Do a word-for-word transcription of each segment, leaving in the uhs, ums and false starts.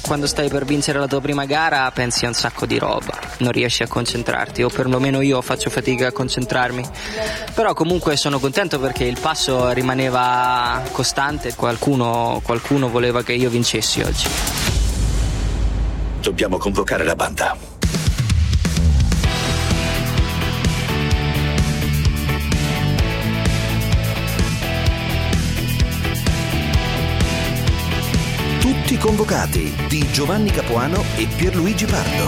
quando stai per vincere la tua prima gara pensi a un sacco di roba, non riesci a concentrarti, o perlomeno io faccio fatica a concentrarmi. Però comunque sono contento perché il passo rimaneva costante, qualcuno, qualcuno voleva che io vincessi oggi. Dobbiamo convocare la banda. Tutti convocati di Giovanni Capuano e Pierluigi Pardo.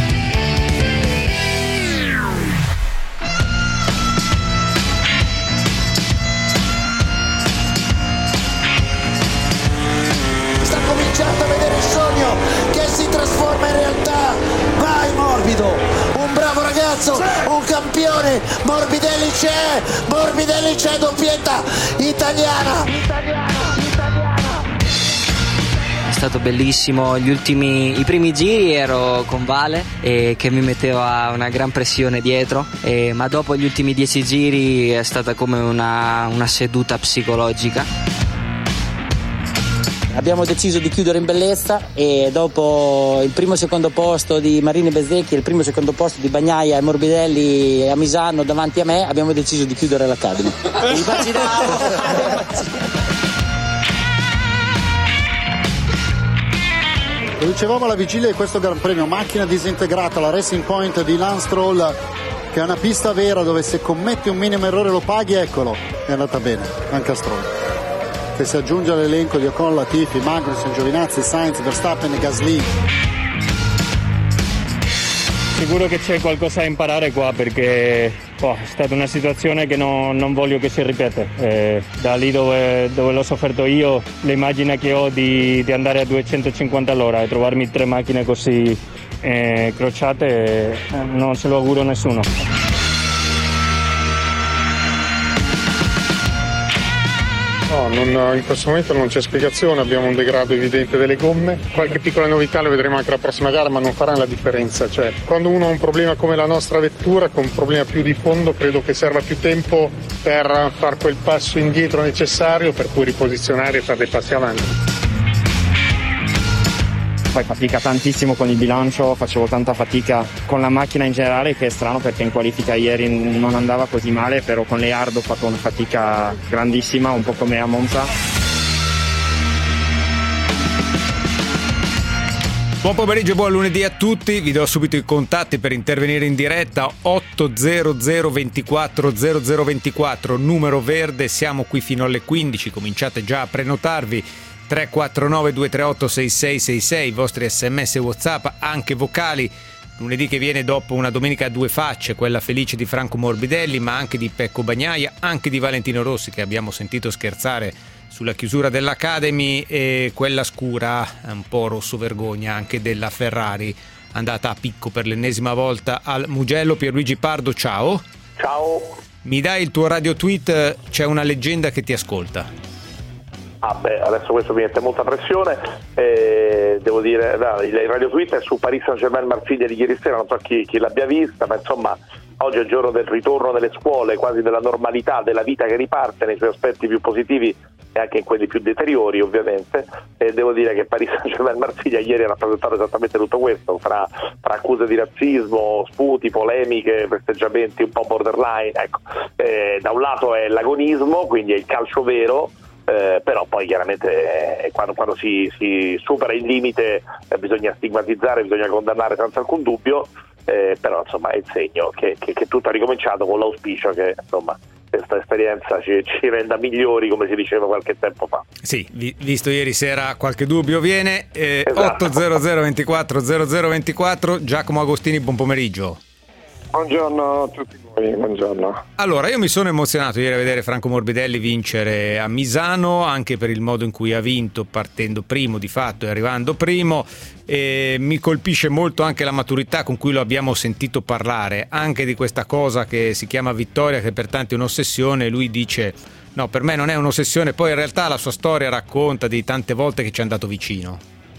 Sta cominciando a vedere il sogno che si trasforma in realtà. Vai Morbido, un bravo ragazzo, un campione. Morbidelli c'è, Morbidelli c'è, doppietta italiana. Italiana. È stato bellissimo, gli ultimi, i primi giri ero con Vale e che mi metteva una gran pressione dietro, e, ma dopo gli ultimi dieci giri è stata come una, una seduta psicologica. Abbiamo deciso di chiudere in bellezza e dopo il primo e secondo posto di Marini Bezzecchi e il primo e secondo posto di Bagnaia e Morbidelli a Misano davanti a me abbiamo deciso di chiudere l'Academy. Lo dicevamo alla vigilia di questo Gran Premio, macchina disintegrata, la Racing Point di Lance Stroll, che è una pista vera dove se commetti un minimo errore lo paghi, eccolo, è andata bene, anche a Stroll, che si aggiunge all'elenco di Ocon, Latifi, Magnussen, Giovinazzi, Sainz, Verstappen e Gasly. Sicuro che c'è qualcosa da imparare qua perché oh, è stata una situazione che no, non voglio che si ripete. Eh, da lì dove, dove l'ho sofferto io, l'immagine che ho di, di andare a duecentocinquanta all'ora e trovarmi tre macchine così eh, crociate, eh, non se lo auguro a nessuno. No, non, in questo momento non c'è spiegazione, abbiamo un degrado evidente delle gomme, qualche piccola novità le vedremo anche la prossima gara, ma non faranno la differenza. Cioè, quando uno ha un problema come la nostra vettura, con un problema più di fondo, credo che serva più tempo per fare quel passo indietro necessario per poi riposizionare e fare dei passi avanti. Fai fatica tantissimo con il bilancio, facevo tanta fatica con la macchina in generale, che è strano perché in qualifica ieri non andava così male, però con le hard ho fatto una fatica grandissima, un po' come a Monza. Buon pomeriggio e buon lunedì a tutti, vi do subito i contatti per intervenire in diretta. Otto zero zero ventiquattro zero zero ventiquattro, numero verde, siamo qui fino alle quindici, cominciate già a prenotarvi. Tre quattro nove due tre otto sei sei sei sei, i vostri sms e WhatsApp, anche vocali. Lunedì che viene dopo una domenica a due facce, quella felice di Franco Morbidelli, ma anche di Pecco Bagnaia, anche di Valentino Rossi, che abbiamo sentito scherzare sulla chiusura dell'Academy, e quella scura, un po' rosso vergogna, anche della Ferrari, andata a picco per l'ennesima volta al Mugello. Pierluigi Pardo, ciao. Ciao. Mi dai il tuo radio tweet? C'è una leggenda che ti ascolta. Ah beh, adesso questo mi mette molta pressione, eh, devo dire, no, il radio tweet è su Paris Saint-Germain Marsiglia di ieri sera, non so chi, chi l'abbia vista, ma insomma oggi è il giorno del ritorno delle scuole, quasi della normalità, della vita che riparte nei suoi aspetti più positivi e anche in quelli più deteriori ovviamente, e devo dire che Paris Saint-Germain Marsiglia ieri ha rappresentato esattamente tutto questo, fra, fra accuse di razzismo, sputi, polemiche, festeggiamenti un po' borderline, ecco. Eh, da un lato è l'agonismo, quindi è il calcio vero. Eh, però poi chiaramente eh, quando, quando si, si supera il limite eh, bisogna stigmatizzare, bisogna condannare senza alcun dubbio, eh, però insomma è il segno che, che, che tutto ha ricominciato, con l'auspicio che insomma questa esperienza ci, ci renda migliori, come si diceva qualche tempo fa. Sì, vi, visto ieri sera qualche dubbio viene. eh, esatto. otto zero zero ventiquattro zero zero ventiquattro. Giacomo Agostini, buon pomeriggio. Buongiorno a tutti voi, buongiorno. Allora, io mi sono emozionato ieri a vedere Franco Morbidelli vincere a Misano, anche per il modo in cui ha vinto, partendo primo di fatto e arrivando primo, e mi colpisce molto anche la maturità con cui lo abbiamo sentito parlare, anche di questa cosa che si chiama vittoria, che per tanti è un'ossessione. Lui dice, no, per me non è un'ossessione, poi in realtà la sua storia racconta di tante volte che ci è andato vicino.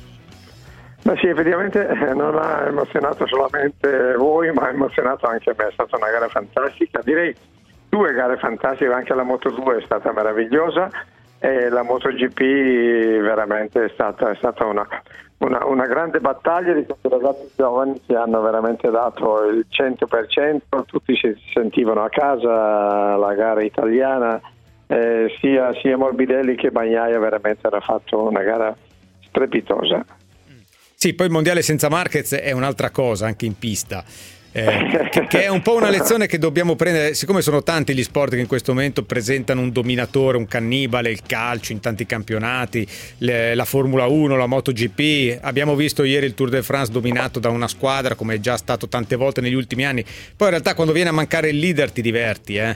Beh sì, effettivamente non ha emozionato solamente voi, ma ha emozionato anche me. È stata una gara fantastica, direi due gare fantastiche, anche la Moto due è stata meravigliosa. e la MotoGP veramente è stata, è stata una, una, una grande battaglia di questi ragazzi giovani che hanno veramente dato il cento per cento, tutti si sentivano a casa, la gara italiana, eh, sia, sia Morbidelli che Bagnaia veramente hanno fatto una gara strepitosa. Sì, poi il mondiale senza Marquez è un'altra cosa anche in pista. Eh, che, che è un po' una lezione che dobbiamo prendere, siccome sono tanti gli sport che in questo momento presentano un dominatore, un cannibale, il calcio in tanti campionati, le, la Formula uno, la MotoGP, abbiamo visto ieri il Tour de France dominato da una squadra come è già stato tante volte negli ultimi anni. Poi in realtà quando viene a mancare il leader ti diverti, eh?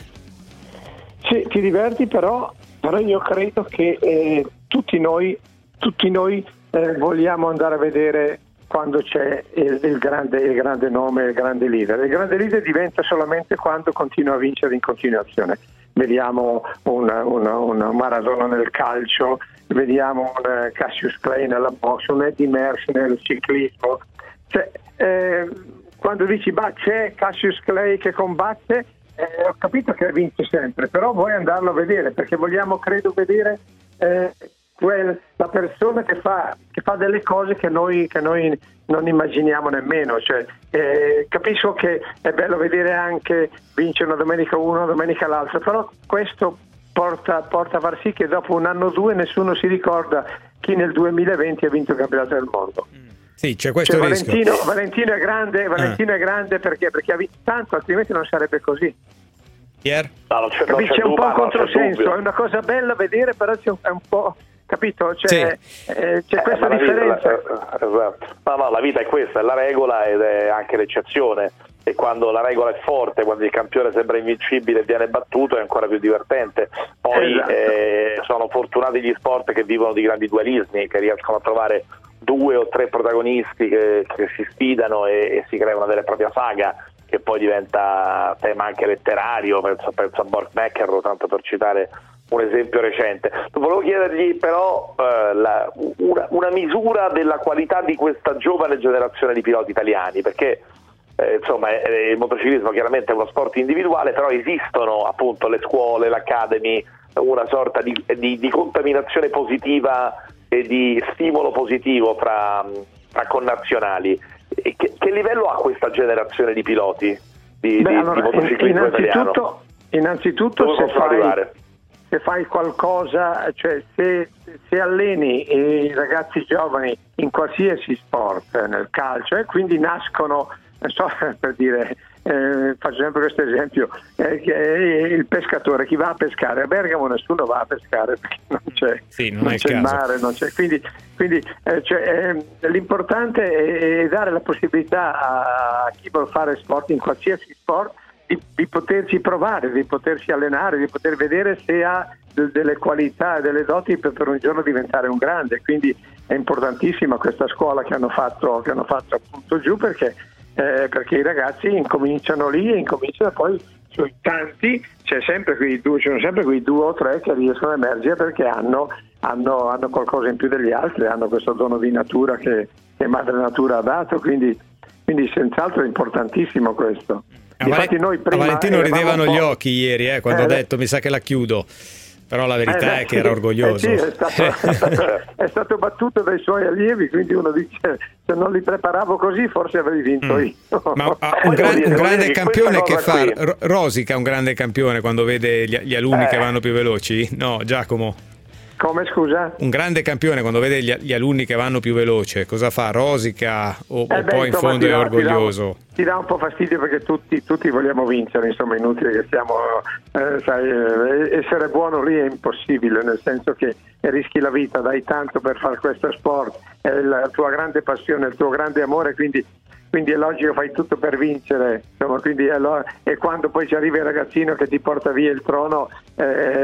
Sì, ti diverti, però, però io credo che eh, tutti noi tutti noi eh, vogliamo andare a vedere quando c'è il, il, grande, il grande nome, il grande leader. Il grande leader diventa solamente quando continua a vincere in continuazione. Vediamo un, un, un Maradona nel calcio, vediamo un Cassius Clay nella box, un Eddie Merckx nel ciclismo. Cioè, eh, quando dici bah, c'è Cassius Clay che combatte, eh, ho capito che vince sempre, però vuoi andarlo a vedere perché vogliamo, credo, vedere eh, quel, la persona che fa, che fa delle cose che noi, che noi non immaginiamo nemmeno. Cioè, eh, capisco che è bello vedere anche vince una domenica uno, una domenica l'altra, però questo porta, porta a far sì che dopo un anno o due nessuno si ricorda chi nel duemilaventi ha vinto il campionato del mondo. Sì, c'è questo cioè, rischio. Valentino, Valentino è grande, Valentino ah. è grande perché? Perché ha vinto tanto, altrimenti non sarebbe così. Pier? No, non c'è, Capisci, non c'è c'è un dubbio, po' un controsenso, no, è una cosa bella vedere, però c'è un, è un po', capito? Cioè, sì. eh, c'è questa eh, differenza. La, esatto. No, no, la vita è questa, è la regola ed è anche l'eccezione. E quando la regola è forte, quando il campione sembra invincibile e viene battuto, è ancora più divertente. Poi esatto. eh, sono fortunati gli sport che vivono di grandi dualismi, che riescono a trovare due o tre protagonisti che, che si sfidano e, e si crea una vera e propria saga che poi diventa tema anche letterario. Penso, penso a Borg McEnroe, tanto per citare un esempio recente. Volevo chiedergli però eh, la, una, una misura della qualità di questa giovane generazione di piloti italiani, perché Eh, insomma eh, il motociclismo chiaramente è uno sport individuale, però esistono appunto le scuole, l'academy, una sorta di, di, di contaminazione positiva e di stimolo positivo fra, fra connazionali. E che, che livello ha questa generazione di piloti di, Beh, di, allora, di motociclismo italiano? Innanzitutto, innanzitutto se fai, se fai qualcosa, cioè se, se alleni i ragazzi giovani in qualsiasi sport, nel calcio, e quindi nascono, non so, per dire, eh, faccio sempre questo esempio, eh, che il pescatore, chi va a pescare a Bergamo, nessuno va a pescare perché non c'è, sì, non non è c'è il mare, non c'è, quindi, quindi eh, cioè, eh, l'importante è, è dare la possibilità a chi vuole fare sport, in qualsiasi sport, di, di poterci provare, di potersi allenare, di poter vedere se ha de, delle qualità e delle doti per, per un giorno diventare un grande. Quindi è importantissima questa scuola che hanno fatto, che hanno fatto appunto giù, perché Eh, perché i ragazzi incominciano lì e incominciano poi sui tanti, c'è sempre quei due, ci sono sempre quei due o tre che riescono a emergere perché hanno, hanno, hanno qualcosa in più degli altri, hanno questo dono di natura che, che Madre Natura ha dato, quindi, quindi senz'altro è importantissimo questo. A, Val- noi prima a Valentino ridevano gli occhi ieri eh, quando eh, ha detto mi sa che la chiudo. Però la verità eh, è che era orgoglioso. Eh sì, è, stato, è, stato, è stato battuto dai suoi allievi, quindi uno dice se non li preparavo così forse avrei vinto mm. io. Ma ah, un, gran, un grande campione che fa qui. Rosica, un grande campione quando vede gli, gli alunni eh. che vanno più veloci? No, Giacomo? Come, scusa? Un grande campione quando vede gli, gli alunni che vanno più veloce, cosa fa? Rosica o, eh o beh, poi insomma, in fondo è dà, orgoglioso? Ti dà, ti dà un po' fastidio perché tutti, tutti vogliamo vincere, insomma è inutile che siamo, eh, sai, eh, essere buono lì è impossibile, nel senso che rischi la vita, dai tanto per fare questo sport, è la tua grande passione, il tuo grande amore, quindi quindi è logico, fai tutto per vincere, insomma, quindi allora, e quando poi ci arriva il ragazzino che ti porta via il trono eh,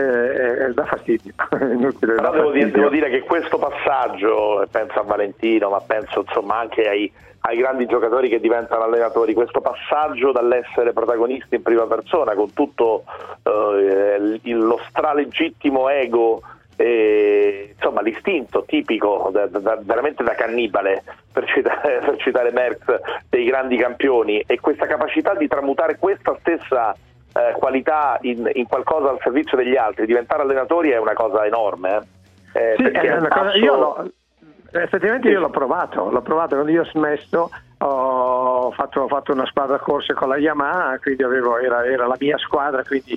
eh, dà fastidio. È inutile, però dà devo, fastidio. dire, devo dire che questo passaggio, penso a Valentino, ma penso insomma anche ai, ai grandi giocatori che diventano allenatori, questo passaggio dall'essere protagonisti in prima persona con tutto eh, lo stralegittimo ego e, insomma, l'istinto tipico da, da, veramente da cannibale, per citare, per citare Merckx, dei grandi campioni, e questa capacità di tramutare questa stessa eh, qualità in, in qualcosa al servizio degli altri, diventare allenatori è una cosa enorme. Eh, sì, è una passo... cosa, io l'ho, effettivamente io l'ho provato, l'ho provato quando io ho smesso, ho fatto, ho fatto una squadra corse con la Yamaha, quindi avevo, era, era la mia squadra, quindi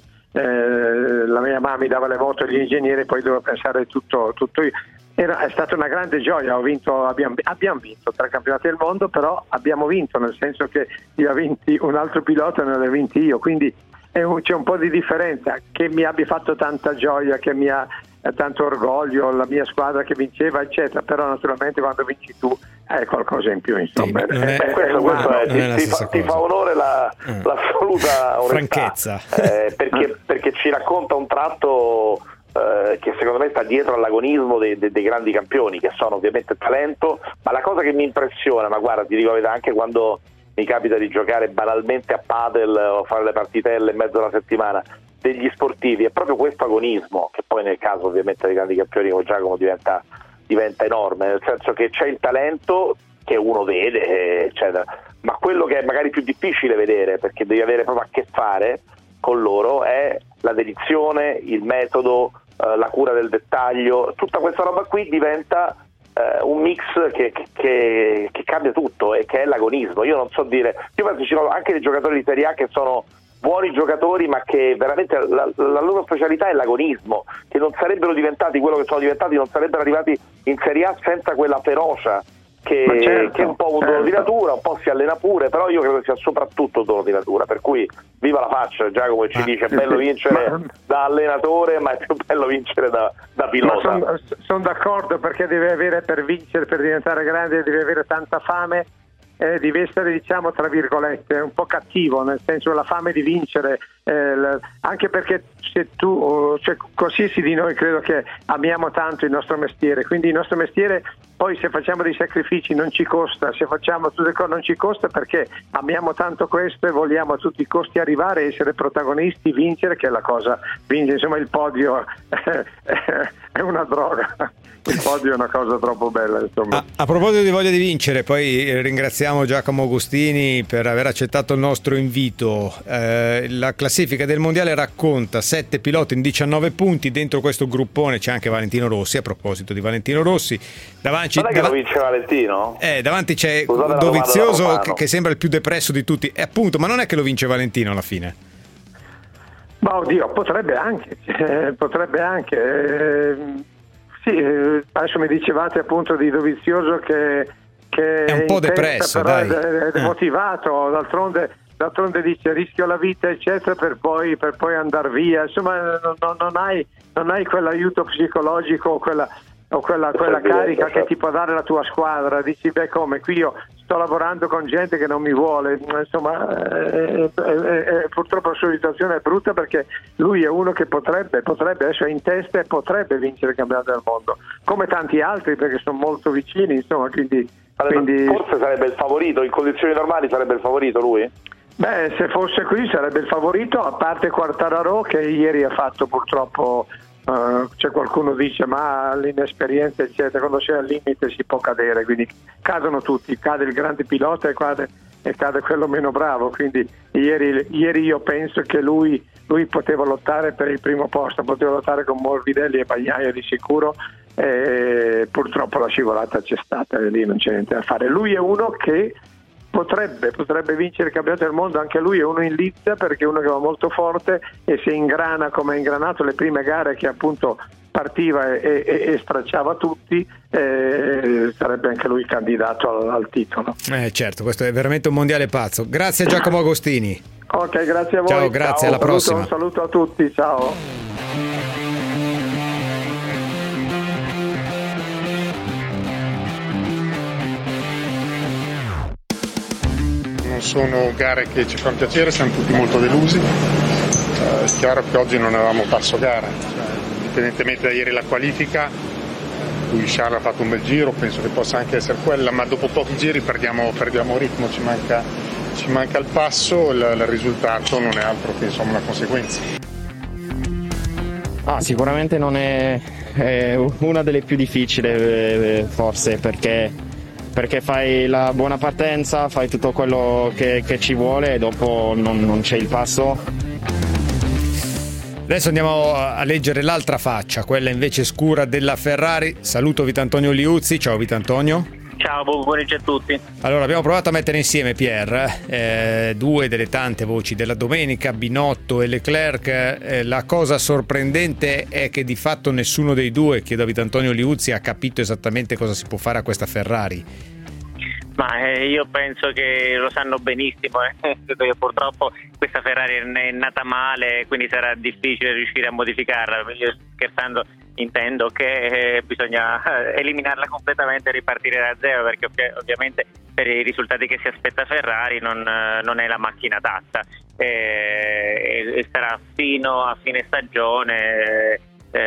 eh, la mia Yamaha mi dava le moto e gli ingegneri, poi dovevo pensare tutto, tutto io. Era, è stata una grande gioia, ho vinto, abbiamo, abbiamo vinto tre campionati del mondo, però abbiamo vinto, nel senso che li ha vinti un altro pilota e non li ho vinti io, quindi è un, c'è un po' di differenza. Che mi abbia fatto tanta gioia, che mi ha tanto orgoglio, la mia squadra che vinceva eccetera, però naturalmente quando vinci tu è qualcosa in più, insomma. Sì, è, è, questo, questo è, ti, ti, fa, ti fa onore la, mm. l'assoluta franchezza, eh, perché, perché ci racconta un tratto eh, che secondo me sta dietro all'agonismo dei, dei, dei grandi campioni, che sono ovviamente talento, ma la cosa che mi impressiona, ma guarda, ti dico la verità, anche quando mi capita di giocare banalmente a padel o fare le partitelle in mezzo alla settimana degli sportivi, è proprio questo agonismo, che poi nel caso ovviamente dei grandi campioni come Giacomo diventa, diventa enorme, nel senso che c'è il talento che uno vede, eccetera, ma quello che è magari più difficile vedere, perché devi avere proprio a che fare con loro, è la dedizione, il metodo, eh, la cura del dettaglio, tutta questa roba qui diventa eh, un mix che, che, che cambia tutto e che è l'agonismo. Io non so dire, io penso ci sono anche dei giocatori di Serie A che sono buoni giocatori, ma che veramente la, la loro specialità è l'agonismo, che non sarebbero diventati quello che sono diventati, non sarebbero arrivati in Serie A senza quella ferocia che, certo, che è un po' un dono certo. di natura, un po' si allena pure, però io credo sia soprattutto un dono di natura, per cui viva la faccia, Giacomo che ci dice è bello vincere ma, da allenatore, ma è più bello vincere da, da pilota. Sono son d'accordo, perché deve avere, per vincere, per diventare grande, deve avere tanta fame. Eh, deve essere, diciamo, tra virgolette, un po' cattivo, nel senso la fame di vincere, eh, l- anche perché se tu, cioè, qualsiasi di noi credo che amiamo tanto il nostro mestiere, quindi il nostro mestiere poi se facciamo dei sacrifici non ci costa, se facciamo tutte cose non ci costa, perché amiamo tanto questo e vogliamo a tutti i costi arrivare, essere protagonisti, vincere, che è la cosa, vincere, insomma il podio è una droga. Il podio è una cosa troppo bella, insomma. A, a proposito di voglia di vincere, poi ringraziamo Giacomo Agostini per aver accettato il nostro invito. Eh, la classifica del mondiale racconta sette piloti in diciannove punti, dentro questo gruppone c'è anche Valentino Rossi. A proposito di Valentino Rossi, davanti, non è che dav- lo vince Valentino? Eh, davanti c'è Scusate Dovizioso che, che sembra il più depresso di tutti, e appunto, ma non è che lo vince Valentino alla fine? Ma oddio, potrebbe anche, eh, potrebbe anche. Eh, Sì, adesso mi dicevate appunto di Dovizioso che, che è un po' depresso, però dai. È demotivato, d'altronde, d'altronde dice rischio la vita eccetera per poi, per poi andare via, insomma non, non, hai, non hai quell'aiuto psicologico o quella, o quella, quella carica che ti può dare la tua squadra, dici beh come qui io sto lavorando con gente che non mi vuole, insomma eh, eh, eh, purtroppo la sua situazione è brutta, perché lui è uno che potrebbe, potrebbe adesso è in testa e potrebbe vincere il campionato del mondo, come tanti altri, perché sono molto vicini, insomma, quindi, quindi... forse sarebbe il favorito, in condizioni normali sarebbe il favorito lui? Beh, se fosse qui sarebbe il favorito, a parte Quartararo che ieri ha fatto purtroppo. Uh, c'è qualcuno dice ma l'inesperienza eccetera, quando c'è al limite si può cadere, quindi cadono tutti, cade il grande pilota e cade, e cade quello meno bravo, quindi ieri, ieri io penso che lui, lui poteva lottare per il primo posto, poteva lottare con Morbidelli e Bagnaia di sicuro, e purtroppo la scivolata c'è stata e lì non c'è niente da fare. Lui è uno che Potrebbe, potrebbe vincere il campionato del mondo, anche lui è uno in lizza, perché è uno che va molto forte e se ingrana come ha ingranato le prime gare, che appunto partiva e, e, e stracciava tutti, eh, sarebbe anche lui candidato al, al titolo. Eh certo, questo è veramente un mondiale pazzo. Grazie a Giacomo Agostini. Ok, grazie a voi. Ciao, grazie, ciao, alla saluto, prossima. Un saluto a tutti, ciao. Sono gare che ci fanno piacere, siamo tutti molto delusi, eh, è chiaro che oggi non avevamo perso gara, cioè, indipendentemente da ieri la qualifica, cui Charles ha fatto un bel giro, penso che possa anche essere quella, ma dopo pochi giri perdiamo, perdiamo ritmo, ci manca, ci manca il passo, il, il risultato non è altro che insomma una conseguenza. Ah, sicuramente non è, è una delle più difficili forse, perché perché fai la buona partenza, fai tutto quello che, che ci vuole e dopo non, non c'è il passo Adesso andiamo a leggere l'altra faccia, quella invece scura della Ferrari. Saluto Vitantonio Liuzzi. Ciao Vitantonio. Ciao, buon pomeriggio a tutti. Allora, abbiamo provato a mettere insieme, Pier, eh, due delle tante voci della domenica, Binotto e Leclerc. Eh, la cosa sorprendente è che di fatto nessuno dei due, chiedo a Vitantonio Liuzzi, ha capito esattamente cosa si può fare a questa Ferrari. Ma eh, io penso che lo sanno benissimo, eh. Purtroppo questa Ferrari è nata male, quindi sarà difficile riuscire a modificarla. Io scherzando intendo che eh, bisogna eliminarla completamente e ripartire da zero, perché ov- ovviamente per i risultati che si aspetta Ferrari non, eh, non è la macchina adatta, eh, e, e sarà fino a fine stagione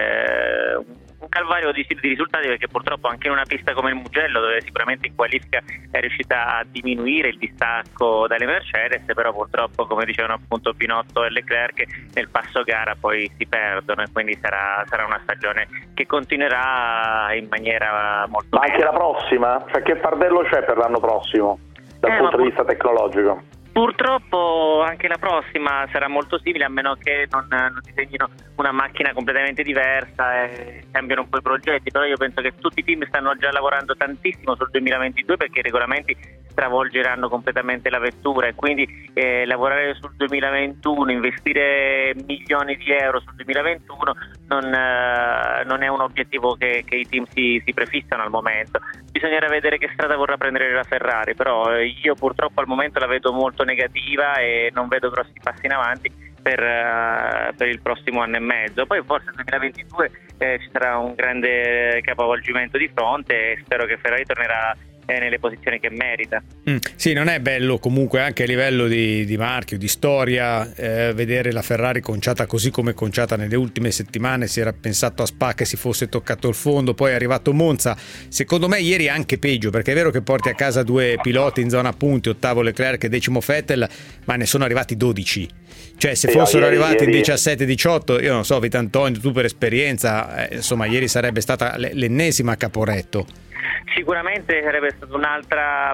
eh, un calvario di, di risultati, perché purtroppo anche in una pista come il Mugello, dove sicuramente in qualifica è riuscita a diminuire il distacco dalle Mercedes, però purtroppo, come dicevano appunto Binotto e Leclerc, nel passo gara poi si perdono, e quindi sarà, sarà una stagione che continuerà in maniera molto... Ma anche la prossima? Cioè, che fardello c'è per l'anno prossimo dal eh, punto di pur... vista tecnologico? Purtroppo anche la prossima sarà molto simile, a meno che non, non disegnino una macchina completamente diversa e cambiano un po' i progetti. Però io penso che tutti i team stanno già lavorando tantissimo sul duemilaventidue, perché i regolamenti stravolgeranno completamente la vettura, e quindi eh, lavorare sul duemilaventuno, investire milioni di euro sul duemilaventuno non, eh, non è un obiettivo che, che i team si, si prefissano al momento. Bisognerà vedere che strada vorrà prendere la Ferrari, però eh, io purtroppo al momento la vedo molto negativa e non vedo grossi passi in avanti per, uh, per il prossimo anno e mezzo. Poi forse nel duemilaventidue eh, ci sarà un grande capovolgimento di fronte, e spero che Ferrari tornerà eh, nelle posizioni che merita. Mm, sì, non è bello comunque anche a livello di, di marchio, di storia, eh, vedere la Ferrari conciata così come conciata nelle ultime settimane. Si era pensato a Spa che si fosse toccato il fondo, poi è arrivato Monza. Secondo me ieri anche peggio, perché è vero che porti a casa due piloti in zona punti, ottavo Leclerc e decimo Vettel, ma ne sono arrivati dodici. Cioè, se fossero ieri, arrivati ieri. in diciassette diciotto, io non so, Vitantonio, tu per esperienza, eh, insomma, ieri sarebbe stata l'ennesima a Caporetto. Sicuramente sarebbe stata un'altra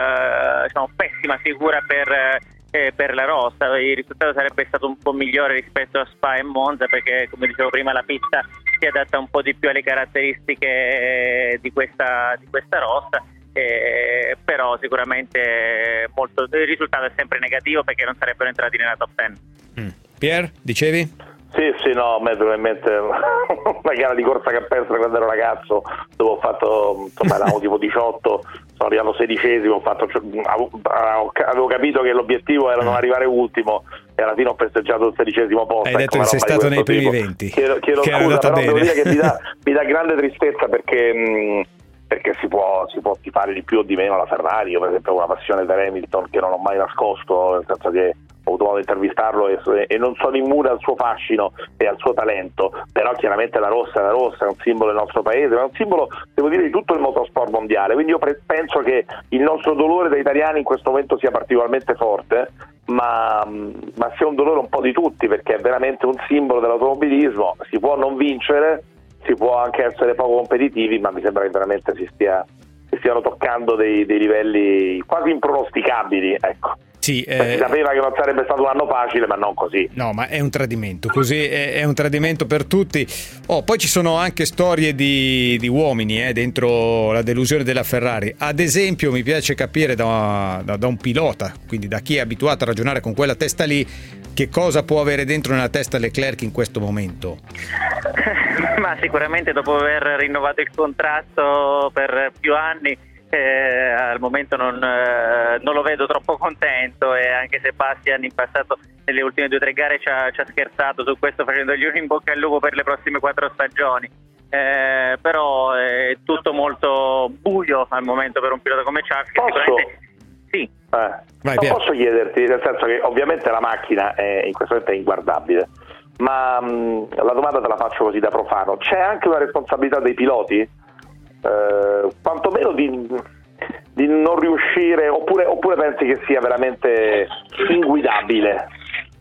eh, diciamo, pessima figura per, eh, per la rossa. Il risultato sarebbe stato un po' migliore rispetto a Spa e Monza, perché, come dicevo prima, la pista si adatta un po' di più alle caratteristiche di questa, di questa rossa. Eh, però sicuramente molto, il risultato è sempre negativo, perché non sarebbero entrati nella top dieci. mm. Pier, dicevi? Sì, sì, no, a me viene in mente una gara di corsa campestre quando ero ragazzo, dove ho fatto, insomma, eravamo tipo diciotto, sono arrivato sedicesimo, ho fatto, avevo capito che l'obiettivo era non arrivare ultimo, e alla fine ho festeggiato il sedicesimo posto. Hai detto che sei stato nei primi venti. Chiedo, chiedo che scusa, però bene. devo dire che mi dà, mi dà grande tristezza, perché... Mh, perché si può, si può tifare di più o di meno la Ferrari. Io per esempio ho una passione per Hamilton che non ho mai nascosto, nel senso che ho avuto modo di intervistarlo e, e non sono immune al suo fascino e al suo talento, però chiaramente la rossa è la rossa, è un simbolo del nostro paese, ma è un simbolo, devo dire, di tutto il motorsport mondiale, quindi io pre- penso che il nostro dolore da italiani in questo momento sia particolarmente forte, ma, ma sia un dolore un po' di tutti, perché è veramente un simbolo dell'automobilismo. Si può non vincere, si può anche essere poco competitivi, ma mi sembra che veramente si stia si stiano toccando dei, dei livelli quasi impronosticabili, ecco. Sì, eh, si sapeva che non sarebbe stato un anno facile, ma non così. No, ma è un tradimento, così è, è un tradimento per tutti. Oh, poi ci sono anche storie di, di uomini eh, dentro la delusione della Ferrari. Ad esempio, mi piace capire da, da, da un pilota, quindi da chi è abituato a ragionare con quella testa lì, che cosa può avere dentro nella testa Leclerc in questo momento. Ma sicuramente dopo aver rinnovato il contratto per più anni, Eh, al momento non, eh, non lo vedo troppo contento, e anche se Bastian in passato nelle ultime due o tre gare ci ha, ci ha scherzato su questo, facendogli un in bocca al lupo per le prossime quattro stagioni, eh, però è tutto molto buio al momento per un pilota come Charles, che Posso? sicuramente sì. Eh. Vai, non posso chiederti, nel senso che ovviamente la macchina è, in questo momento è inguardabile, ma mh, la domanda te la faccio così da profano: c'è anche una responsabilità dei piloti? Eh, quantomeno di, di non riuscire, oppure, oppure pensi che sia veramente inguidabile?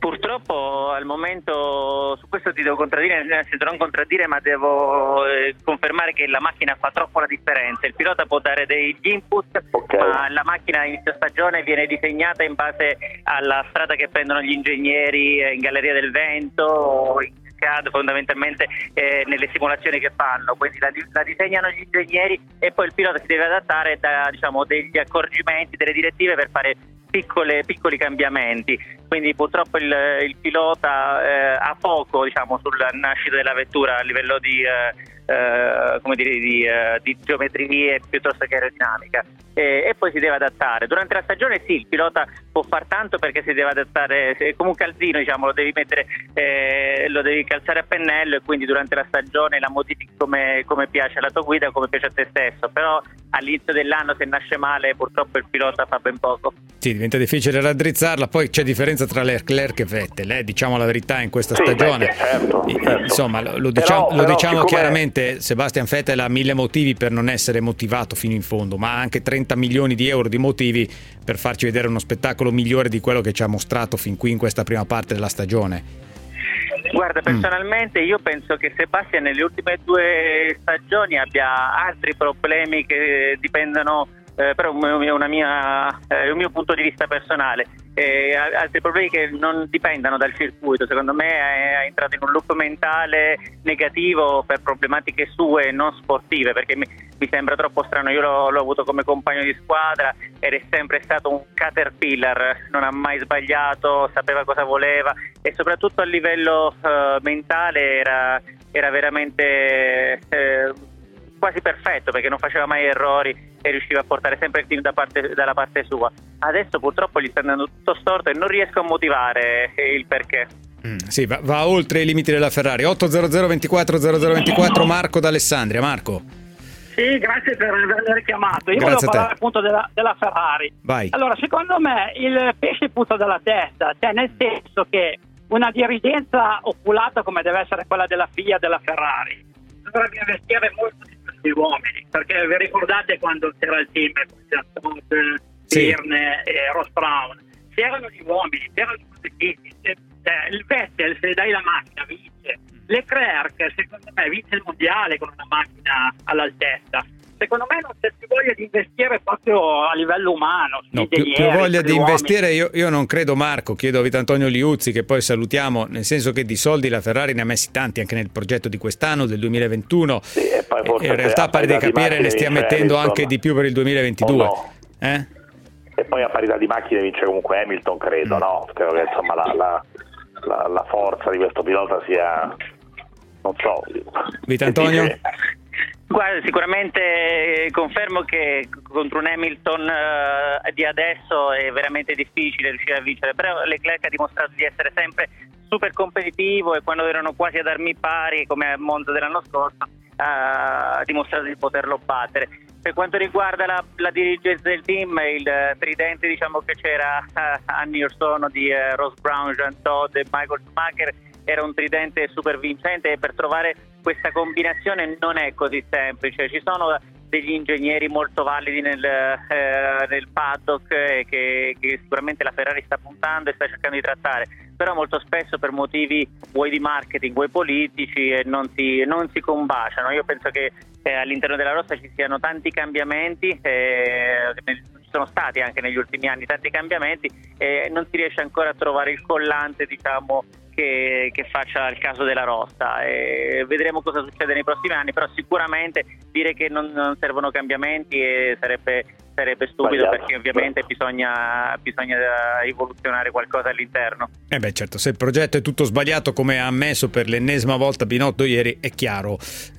Purtroppo al momento su questo ti devo contraddire, nel senso non contraddire, ma devo eh, confermare che la macchina fa troppo la differenza. Il pilota può dare degli input, okay, ma la macchina a inizio stagione viene disegnata in base alla strada che prendono gli ingegneri in Galleria del Vento o in C A D, fondamentalmente eh, nelle simulazioni che fanno. Quindi la, la disegnano gli ingegneri e poi il pilota si deve adattare da, diciamo, degli accorgimenti, delle direttive per fare Piccole, piccoli cambiamenti, quindi purtroppo il, il pilota eh, ha poco, diciamo, sulla nascita della vettura a livello di, eh, eh, come dire, di, eh, di geometrie piuttosto che aerodinamica, e, e poi si deve adattare. Durante la stagione sì, il pilota può far tanto perché si deve adattare, come un calzino, diciamo, lo devi mettere, eh, lo devi calzare a pennello, e quindi durante la stagione la modifichi come, come piace alla tua guida, come piace a te stesso, però all'inizio dell'anno se nasce male purtroppo il pilota fa ben poco. Sì, diventa difficile raddrizzarla, poi c'è differenza tra Leclerc e Vettel, eh? Diciamo la verità, in questa sì, stagione. beh, certo, certo. Insomma, lo diciamo, però, lo però, diciamo siccome... chiaramente, Sebastian Vettel ha mille motivi per non essere motivato fino in fondo, ma ha anche trenta milioni di euro di motivi per farci vedere uno spettacolo migliore di quello che ci ha mostrato fin qui in questa prima parte della stagione. Guarda, personalmente io penso che Sebastian nelle ultime due stagioni abbia altri problemi che dipendono, eh, però è una mia, è un mio punto di vista personale, eh, altri problemi che non dipendano dal circuito. Secondo me è, è entrato in un loop mentale negativo per problematiche sue non sportive, perché mi, mi sembra troppo strano. Io l'ho, l'ho avuto come compagno di squadra ed è sempre stato un caterpillar, non ha mai sbagliato, sapeva cosa voleva e soprattutto a livello uh, mentale era, era veramente eh, quasi perfetto, perché non faceva mai errori e riusciva a portare sempre il team da parte, dalla parte sua. Adesso purtroppo gli sta andando tutto storto e non riesco a motivare il perché. Mm, sì, va, va oltre i limiti della Ferrari. otto zero zero ventiquattro zero zero ventiquattro, Marco d'Alessandria. Marco. Sì, grazie per avermi richiamato. Io Grazie volevo parlare appunto della, della Ferrari. Vai. Allora, secondo me il pesce puzza dalla testa, cioè nel senso che una dirigenza oculata come deve essere quella della figlia della Ferrari dovrebbe investire molto di più sugli uomini, perché vi ricordate quando c'era il team con Todd, Pirne e Ross Brown? C'erano gli uomini, c'erano i progetti. Cioè, il Vettel, se dai la macchina, vince. Leclerc, secondo me, vince il mondiale con una macchina all'altezza. Secondo me non c'è più voglia di investire proprio a livello umano. No, più, più voglia di investire io, io non credo, Marco. Chiedo a Vitantonio Liuzzi, che poi salutiamo, nel senso che di soldi la Ferrari ne ha messi tanti anche nel progetto di quest'anno, del duemilaventuno. Sì, e poi forse in realtà pare di capire ne stia mettendo Hamilton, anche di più per il duemilaventidue. No. Eh? E poi a parità di macchine vince comunque Hamilton, credo, mm. no? Credo che insomma la, la, la, la forza di questo pilota sia, non so. Vitantonio? Guarda, sicuramente confermo che contro un Hamilton uh, di adesso è veramente difficile riuscire a vincere, però Leclerc ha dimostrato di essere sempre super competitivo e quando erano quasi a darmi pari, come a Monza dell'anno scorso, uh, ha dimostrato di poterlo battere. Per quanto riguarda la, la dirigenza del team, il tridente, diciamo, che c'era uh, anni or sono di uh, Ross Brown, Jean Todt e Michael Schumacher era un tridente super vincente, e per trovare questa combinazione non è così semplice. Ci sono degli ingegneri molto validi nel, eh, nel paddock eh, che, che sicuramente la Ferrari sta puntando e sta cercando di trattare, però molto spesso per motivi vuoi di marketing, vuoi politici, e non si, non si combaciano. Io penso che eh, all'interno della rossa ci siano tanti cambiamenti, eh, ci sono stati anche negli ultimi anni tanti cambiamenti, e non si riesce ancora a trovare il collante, diciamo, Che, che faccia il caso della rossa, e vedremo cosa succede nei prossimi anni, però sicuramente dire che non, non servono cambiamenti e sarebbe, sarebbe stupido, Sbagliato. Perché ovviamente bisogna, bisogna rivoluzionare qualcosa all'interno. Eh beh, certo, se il progetto è tutto sbagliato, come ha ammesso per l'ennesima volta Binotto ieri, è chiaro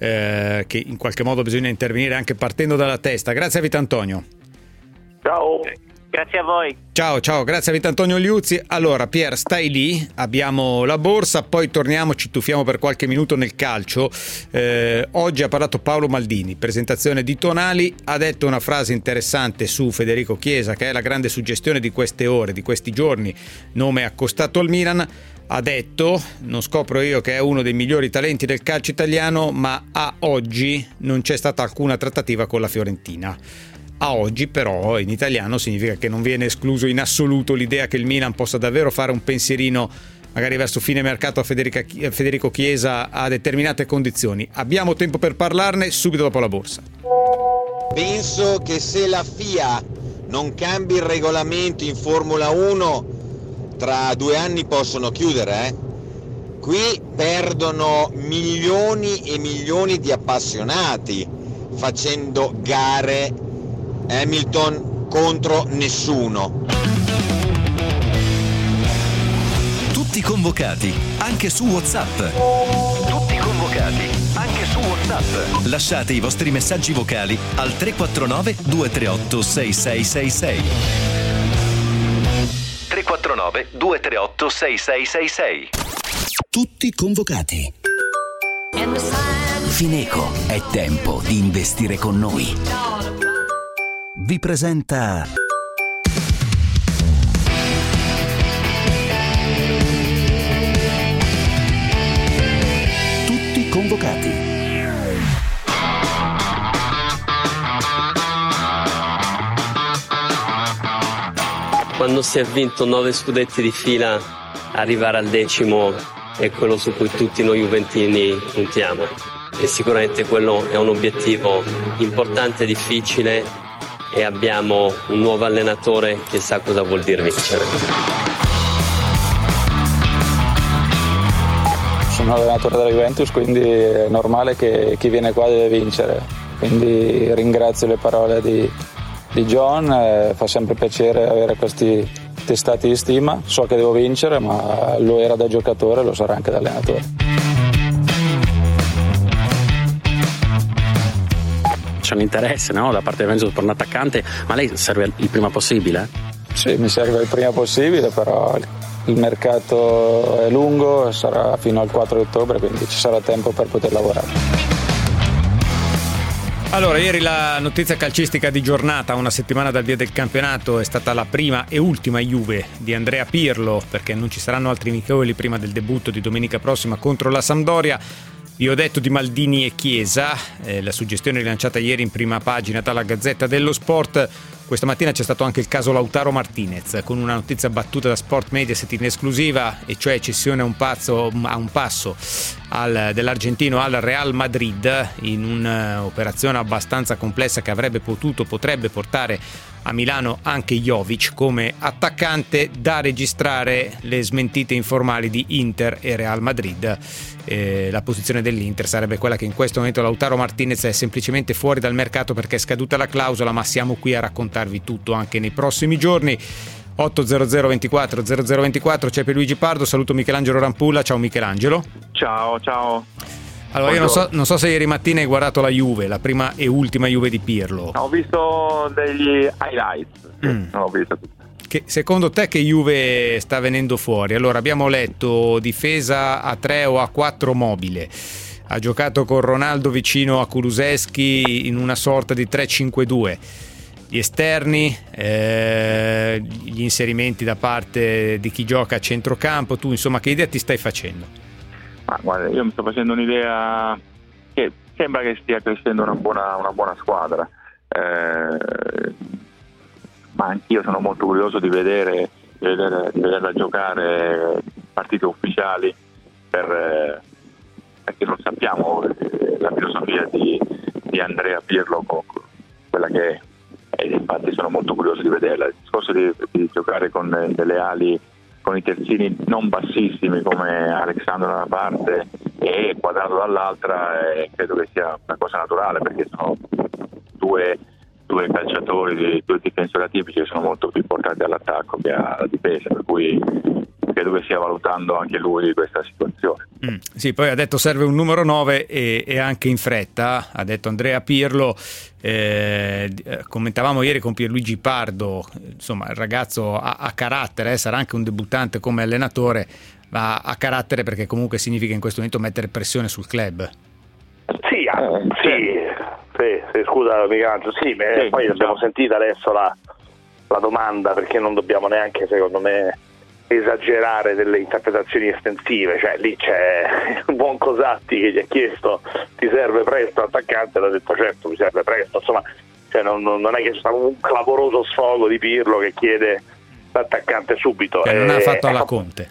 eh, che in qualche modo bisogna intervenire anche partendo dalla testa. Grazie a Vitantonio. Ciao. Grazie a voi. Ciao, ciao, grazie a Vitantonio Liuzzi. Allora, Pier, stai lì, abbiamo la borsa, poi torniamo, ci tuffiamo per qualche minuto nel calcio. Eh, oggi ha parlato Paolo Maldini, presentazione di Tonali, ha detto una frase interessante su Federico Chiesa, che è la grande suggestione di queste ore, di questi giorni, nome accostato al Milan. Ha detto, non scopro io che è uno dei migliori talenti del calcio italiano, ma a oggi non c'è stata alcuna trattativa con la Fiorentina. A oggi però in italiano significa che non viene escluso in assoluto l'idea che il Milan possa davvero fare un pensierino magari verso fine mercato a Federica, Federico Chiesa a determinate condizioni. Abbiamo tempo per parlarne subito dopo la borsa. Penso che se la F I A non cambi il regolamento in Formula uno, tra due anni possono chiudere, eh? Qui perdono milioni e milioni di appassionati facendo gare Hamilton contro nessuno. Tutti convocati, anche su WhatsApp. Tutti convocati, anche su WhatsApp. Lasciate i vostri messaggi vocali al tre quattro nove due tre otto sei sei sei sei. tre quattro nove due tre otto sei sei sei sei. Tutti convocati. Fineco, è tempo di investire con noi. Vi presenta Tutti convocati. Quando si è vinto nove scudetti di fila, arrivare al decimo è quello su cui tutti noi juventini puntiamo, e sicuramente quello è un obiettivo importante e difficile, e abbiamo un nuovo allenatore che sa cosa vuol dire vincere. Sono allenatore della Juventus, quindi è normale che chi viene qua deve vincere, quindi ringrazio le parole di, di John, eh, fa sempre piacere avere questi testati di stima, so che devo vincere, ma lo era da giocatore, lo sarà anche da allenatore. C'è un interesse, no, da parte di Juventus per un attaccante, ma lei serve il prima possibile? Sì, mi serve il prima possibile, però il mercato è lungo, sarà fino al quattro di ottobre, quindi ci sarà tempo per poter lavorare. Allora, ieri la notizia calcistica di giornata, una settimana dal via del campionato, è stata la prima e ultima Juve di Andrea Pirlo, perché non ci saranno altri amichevoli prima del debutto di domenica prossima contro la Sampdoria. Vi ho detto di Maldini e Chiesa, eh, la suggestione rilanciata ieri in prima pagina dalla Gazzetta dello Sport. Questa mattina c'è stato anche il caso Lautaro Martinez, con una notizia battuta da Sport Mediaset in esclusiva, e cioè cessione a un, pazzo, a un passo al, dell'argentino al Real Madrid, in un'operazione abbastanza complessa che avrebbe potuto, potrebbe portare a Milano anche Jovic come attaccante, da registrare le smentite informali di Inter e Real Madrid. Eh, la posizione dell'Inter sarebbe quella che in questo momento Lautaro Martinez è semplicemente fuori dal mercato perché è scaduta la clausola, ma siamo qui a raccontarvi tutto anche nei prossimi giorni. otto zero zero ventiquattro zero zero ventiquattro, c'è Pierluigi Pardo, saluto Michelangelo Rampulla. Ciao Michelangelo. Ciao, ciao. Allora, io non so, non so se ieri mattina hai guardato la Juve, la prima e ultima Juve di Pirlo. Ho visto degli highlights, mm. non ho visto tutto. Che, secondo te che Juve sta venendo fuori? Allora, abbiamo letto difesa a tre o a quattro mobile, ha giocato con Ronaldo vicino a Kulusevski in una sorta di tre cinque due, gli esterni, eh, gli inserimenti da parte di chi gioca a centrocampo. Tu insomma che idea ti stai facendo? Ma guarda, io mi sto facendo un'idea che sembra che stia crescendo una buona, una buona squadra, eh, ma anch'io sono molto curioso di vedere, di, vedere, di vederla giocare partite ufficiali, per, eh, perché non sappiamo eh, la filosofia di, di Andrea Pirlo, con quella che è, e infatti sono molto curioso di vederla. Il discorso di, di giocare con delle ali, con i terzini non bassissimi come Alexandro da una parte e Quadrato dall'altra, eh, credo che sia una cosa naturale, perché sono due, due calciatori, due difensori atipici che sono molto più importanti all'attacco che alla difesa, per cui credo che stia valutando anche lui questa situazione. Mm, sì, poi ha detto serve un numero nove e, e anche in fretta, ha detto Andrea Pirlo. Eh, commentavamo ieri con Pierluigi Pardo, insomma il ragazzo ha, ha carattere, eh, sarà anche un debuttante come allenatore, ma ha carattere perché comunque significa in questo momento mettere pressione sul club. Sì, eh, sì, sì, sì, scusa Michelangelo, sì, sì, poi abbiamo sentito adesso la, la domanda, perché non dobbiamo neanche secondo me esagerare delle interpretazioni estensive, cioè lì c'è il buon Cosatti che gli ha chiesto ti serve presto attaccante, l'ha detto certo mi serve presto, insomma cioè non, non è che c'è stato un clamoroso sfogo di Pirlo che chiede l'attaccante subito. Che non eh, ha fatto alla ecco, Conte.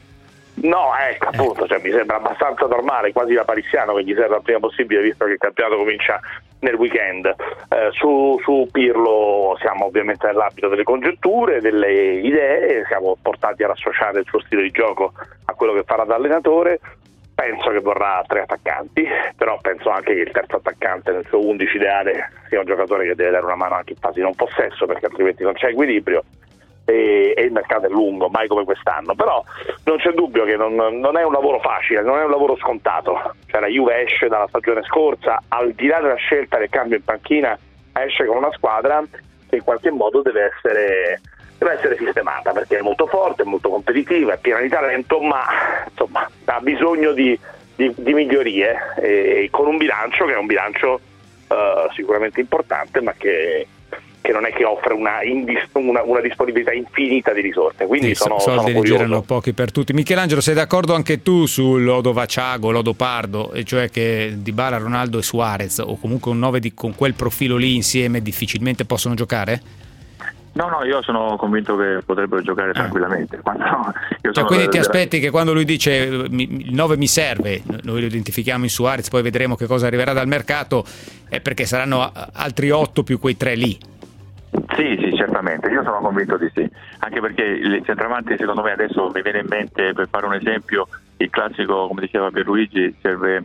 No, ecco, appunto, cioè, mi sembra abbastanza normale, quasi da parissiano, che gli serva il prima possibile, visto che il campionato comincia nel weekend. Eh, su, su Pirlo siamo ovviamente nell'ambito delle congetture, delle idee, siamo portati ad associare il suo stile di gioco a quello che farà da allenatore. Penso che vorrà tre attaccanti, però penso anche che il terzo attaccante nel suo undici ideale sia un giocatore che deve dare una mano anche in fase di non possesso, perché altrimenti non c'è equilibrio. E, e il mercato è lungo, mai come quest'anno, però non c'è dubbio che non, non è un lavoro facile, non è un lavoro scontato. Cioè la Juve esce dalla stagione scorsa, al di là della scelta del cambio in panchina, esce con una squadra che in qualche modo deve essere, deve essere sistemata, perché è molto forte, è molto competitiva, è piena di talento, ma insomma ha bisogno di, di, di migliorie, e con un bilancio che è un bilancio uh, sicuramente importante, ma che che non è che offre una, indis- una, una disponibilità infinita di risorse, quindi sì, sono, soldi sono ne curioso. girano pochi per tutti. Michelangelo, sei d'accordo anche tu sul lodo Vaciago, lodo Pardo, e cioè che Dybala, Ronaldo e Suarez, o comunque un nove di, con quel profilo lì insieme, difficilmente possono giocare? No, no, io sono convinto che potrebbero giocare tranquillamente. Quando, io Cioè, quindi ti della... aspetti che quando lui dice il nove mi serve, noi lo identifichiamo in Suarez, poi vedremo che cosa arriverà dal mercato, è perché saranno altri otto più quei tre lì. Sì, sì, certamente, io sono convinto di sì, anche perché il centravanti, secondo me, adesso mi viene in mente, per fare un esempio, il classico, come diceva Pierluigi, serve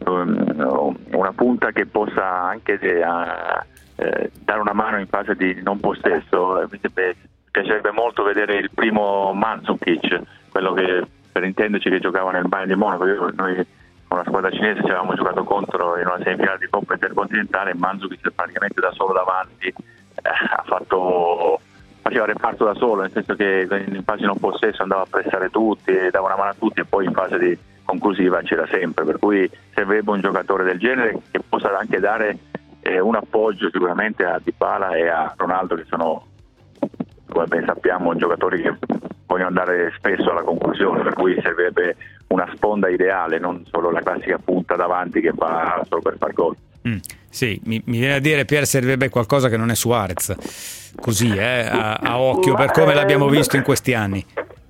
um, una punta che possa anche de, a, eh, dare una mano in fase di non possesso. Mi piacerebbe molto vedere il primo Mandzukic, quello che, per intenderci, che giocava nel Bayern di Monaco. Io, noi con la squadra cinese ci avevamo giocato contro in una semifinale di Coppa Intercontinentale, e Mandzukic praticamente da solo davanti ha fatto, faceva reparto da solo, nel senso che in fase non possesso andava a pressare tutti, dava una mano a tutti, e poi in fase di conclusiva c'era sempre, per cui servirebbe un giocatore del genere che possa anche dare eh, un appoggio sicuramente a Dybala e a Ronaldo, che sono, come ben sappiamo, giocatori che vogliono andare spesso alla conclusione, per cui servirebbe una sponda ideale, non solo la classica punta davanti che fa solo per far gol. Mm, sì, mi, mi viene a dire, Pier, servirebbe qualcosa che non è Suarez, così eh, a, a occhio, per come l'abbiamo visto in questi anni.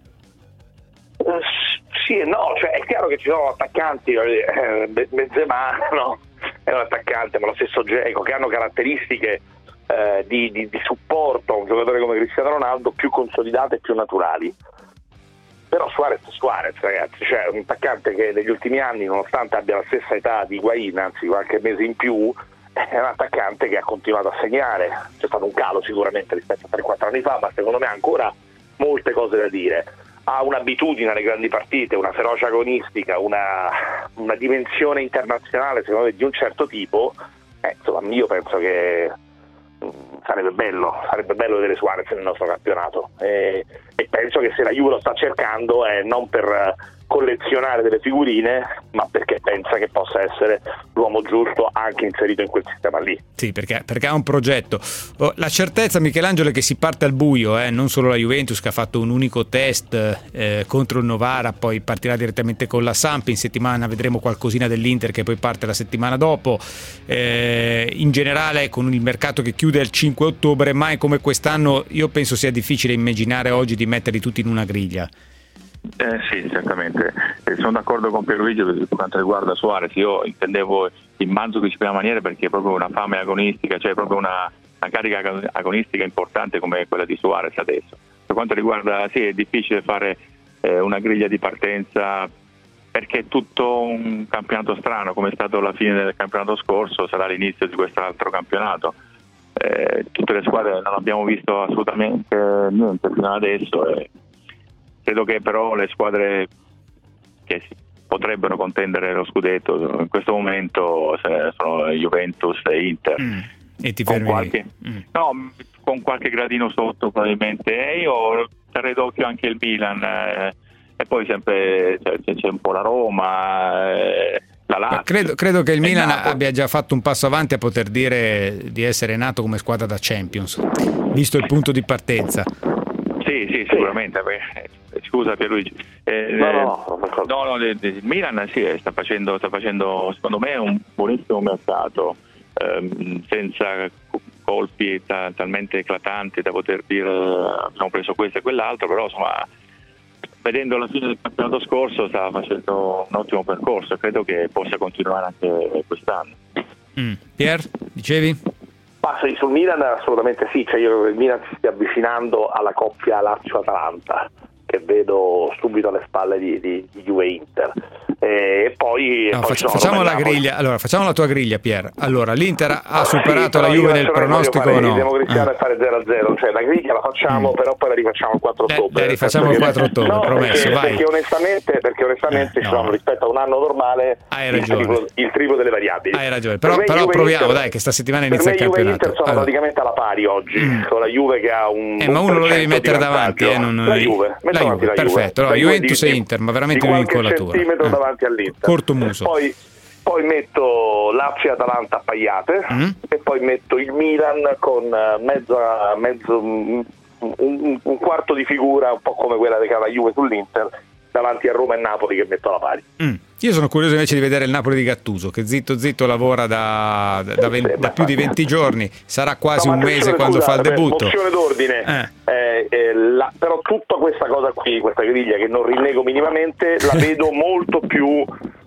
Sì e no, cioè è chiaro che ci sono attaccanti, eh, Benzema no, è un attaccante, ma lo stesso Dzeko, che hanno caratteristiche eh, di, di, di supporto a un giocatore come Cristiano Ronaldo più consolidate e più naturali. Però Suarez è Suarez, ragazzi, cioè un attaccante che negli ultimi anni, nonostante abbia la stessa età di Higuaín, anzi qualche mese in più, è un attaccante che ha continuato a segnare. C'è stato un calo sicuramente rispetto a tre quattro anni fa, ma secondo me ha ancora molte cose da dire. Ha un'abitudine alle grandi partite, una ferocia agonistica, una, una dimensione internazionale secondo me di un certo tipo. Eh, insomma, io penso che sarebbe bello, sarebbe bello vedere Suarez nel nostro campionato, e, e penso che se la Juve lo sta cercando è non per collezionare delle figurine, ma perché pensa che possa essere l'uomo giusto anche inserito in quel sistema lì. Sì, perché, perché ha un progetto. La certezza, Michelangelo, è che si parte al buio, eh? Non solo la Juventus, che ha fatto un unico test eh, contro il Novara, poi partirà direttamente con la Samp, in settimana vedremo qualcosina dell'Inter che poi parte la settimana dopo, eh, in generale con il mercato che chiude il cinque ottobre, mai come quest'anno io penso sia difficile immaginare oggi di metterli tutti in una griglia. Eh, sì, certamente. Eh, sono d'accordo con Pierluigi per quanto riguarda Suarez. Io intendevo il Mandzukic in prima maniera, perché è proprio una fame agonistica, cioè proprio una, una carica agonistica importante come quella di Suarez adesso. Per quanto riguarda, sì, è difficile fare eh, una griglia di partenza, perché è tutto un campionato strano, come è stato la fine del campionato scorso, sarà l'inizio di quest'altro campionato. Eh, tutte le squadre non abbiamo visto assolutamente niente fino ad adesso, e credo che però le squadre che potrebbero contendere lo scudetto in questo momento sono Juventus e Inter. Mm. E ti con fermi qualche, mm. no, con qualche gradino sotto probabilmente, e io terrei d'occhio anche il Milan, eh, e poi sempre cioè, c'è un po' la Roma, eh, la Lazio. Credo, credo che il Milan Napoli abbia già fatto un passo avanti a poter dire di essere nato come squadra da Champions, visto il punto di partenza. Sì, sì, sicuramente. Beh, scusa Pierluigi. Eh, no, no, no, no, il Milan sì, sta facendo, sta facendo secondo me un buonissimo mercato, ehm, senza colpi ta- talmente eclatanti da poter dire abbiamo preso questo e quell'altro, però insomma vedendo la fine del campionato scorso sta facendo un ottimo percorso e credo che possa continuare anche quest'anno. Mm. Pier, dicevi? Ma sì, sul Milan assolutamente sì, cioè io il Milan si stia avvicinando alla coppia Lazio-Atalanta che vedo subito alle spalle di, di, di Juve-Inter e poi, no, poi faccia, facciamo la Napoli. griglia, allora facciamo la tua griglia, Pier. Allora l'Inter ha Sì, superato la però Juve io nel pronostico o no? Siamo cristiani Ah. a fare zero a zero, cioè la griglia la facciamo Mm. però poi la rifacciamo il quattro Eh, ottobre. la rifacciamo il quattro ottobre, no, promesso, perché, vai. perché onestamente, perché onestamente Eh, ci no. sono rispetto a un anno normale Hai il ragione. triplo, il triplo delle variabili. Hai ragione, però, Per me però Juve proviamo, Inter- dai, che sta settimana per inizia me il Juve e campionato. Inter sono Allora. praticamente alla pari oggi, con la Juve che ha un Eh, ma un uno lo per devi cento mettere di davanti, vantaggio. eh, non- la Juve, la metto avanti Juve, la Juve. perfetto. Allora, La Juve Juventus di- e Inter, ma veramente di di qualche incollatura. centimetro Eh. davanti all'Inter. Corto muso. Poi, poi metto Lazio e Atalanta appaiate Mm. e poi metto il Milan con eh, mezza, mezzo, mm, un, un- un quarto di figura un po' come quella che ha la Juve sull'Inter davanti a Roma e Napoli che metto alla pari. Mm. Io sono curioso invece di vedere il Napoli di Gattuso, che zitto zitto lavora da, da, da ven- da più di venti giorni, sarà quasi No, un ma mese attenzione, quando fa il scusate, debutto. mozione d'ordine, eh, eh, la- però tutta questa cosa qui, questa griglia che non rinnego minimamente, la vedo molto più